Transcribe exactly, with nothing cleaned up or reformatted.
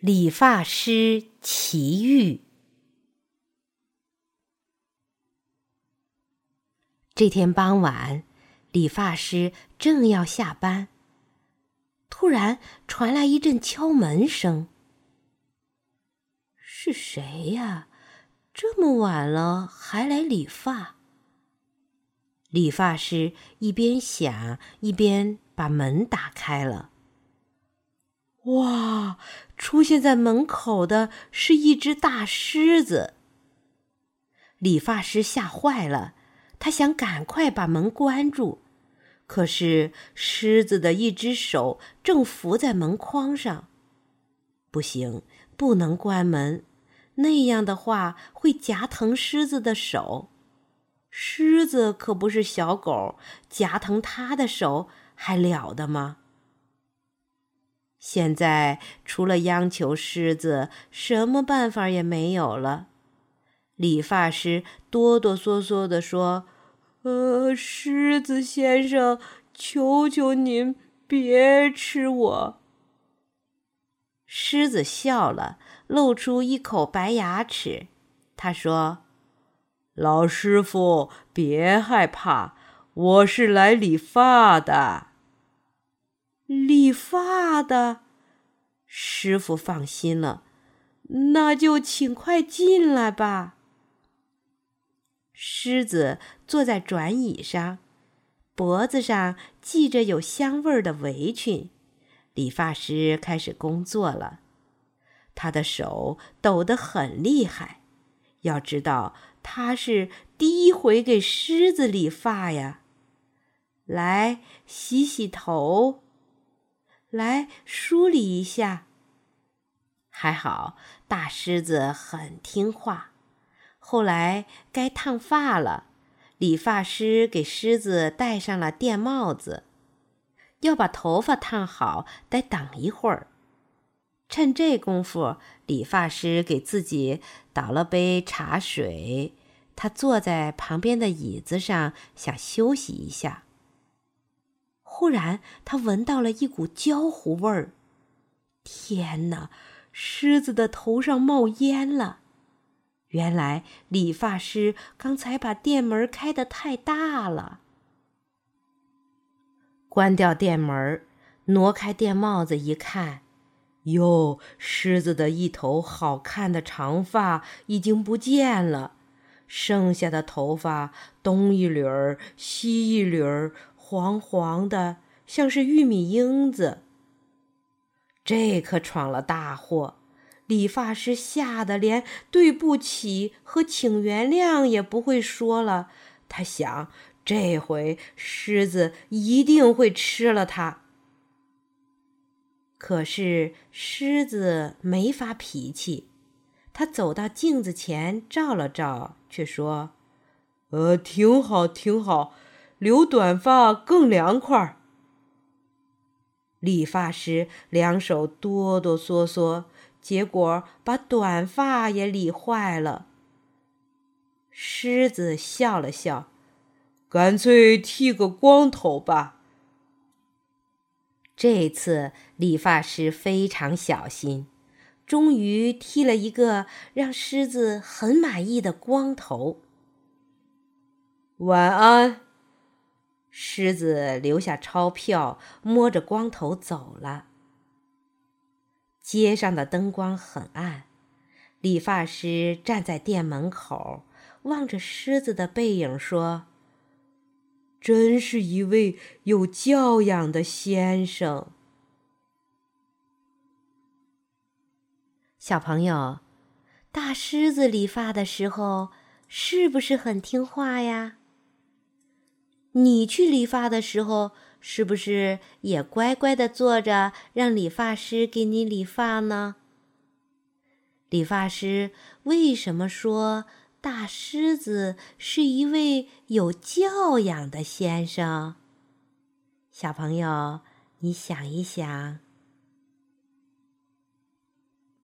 理发师奇遇。这天傍晚，理发师正要下班，突然传来一阵敲门声。是谁呀？这么晚了还来理发？理发师一边想，一边把门打开了。哇！出现在门口的是一只大狮子。理发师吓坏了，他想赶快把门关住，可是狮子的一只手正扶在门框上。不行，不能关门，那样的话会夹疼狮子的手。狮子可不是小狗，夹疼它的手还了得吗？现在除了央求狮子，什么办法也没有了。理发师哆哆嗦嗦地说：呃，狮子先生，求求您别吃我。狮子笑了，露出一口白牙齿。他说：老师傅，别害怕，我是来理发的。理发的？师傅放心了，那就请快进来吧。狮子坐在转椅上，脖子上系着有香味儿的围裙。理发师开始工作了，他的手抖得很厉害。要知道，他是第一回给狮子理发呀。来，洗洗头。来，梳理一下。还好，大狮子很听话。后来该烫发了，理发师给狮子戴上了电帽子。要把头发烫好，得等一会儿。趁这功夫，理发师给自己倒了杯茶水，他坐在旁边的椅子上，想休息一下。忽然，他闻到了一股焦糊味儿。天哪，狮子的头上冒烟了。原来理发师刚才把店门开得太大了。关掉店门，挪开电帽子一看，哟，狮子的一头好看的长发已经不见了，剩下的头发东一缕儿西一缕儿，黄黄的，像是玉米缨子。这可闯了大祸，理发师吓得连对不起和请原谅也不会说了。他想，这回狮子一定会吃了他。可是狮子没发脾气，他走到镜子前照了照，却说：呃，挺好挺好，留短发更凉快。理发师两手哆哆嗦嗦，结果把短发也理坏了。狮子笑了笑，干脆剃个光头吧。这次理发师非常小心，终于剃了一个让狮子很满意的光头。晚安。狮子留下钞票，摸着光头走了。街上的灯光很暗，理发师站在店门口，望着狮子的背影说：真是一位有教养的先生。小朋友，大狮子理发的时候是不是很听话呀？你去理发的时候，是不是也乖乖地坐着，让理发师给你理发呢？理发师为什么说大狮子是一位有教养的先生？小朋友，你想一想。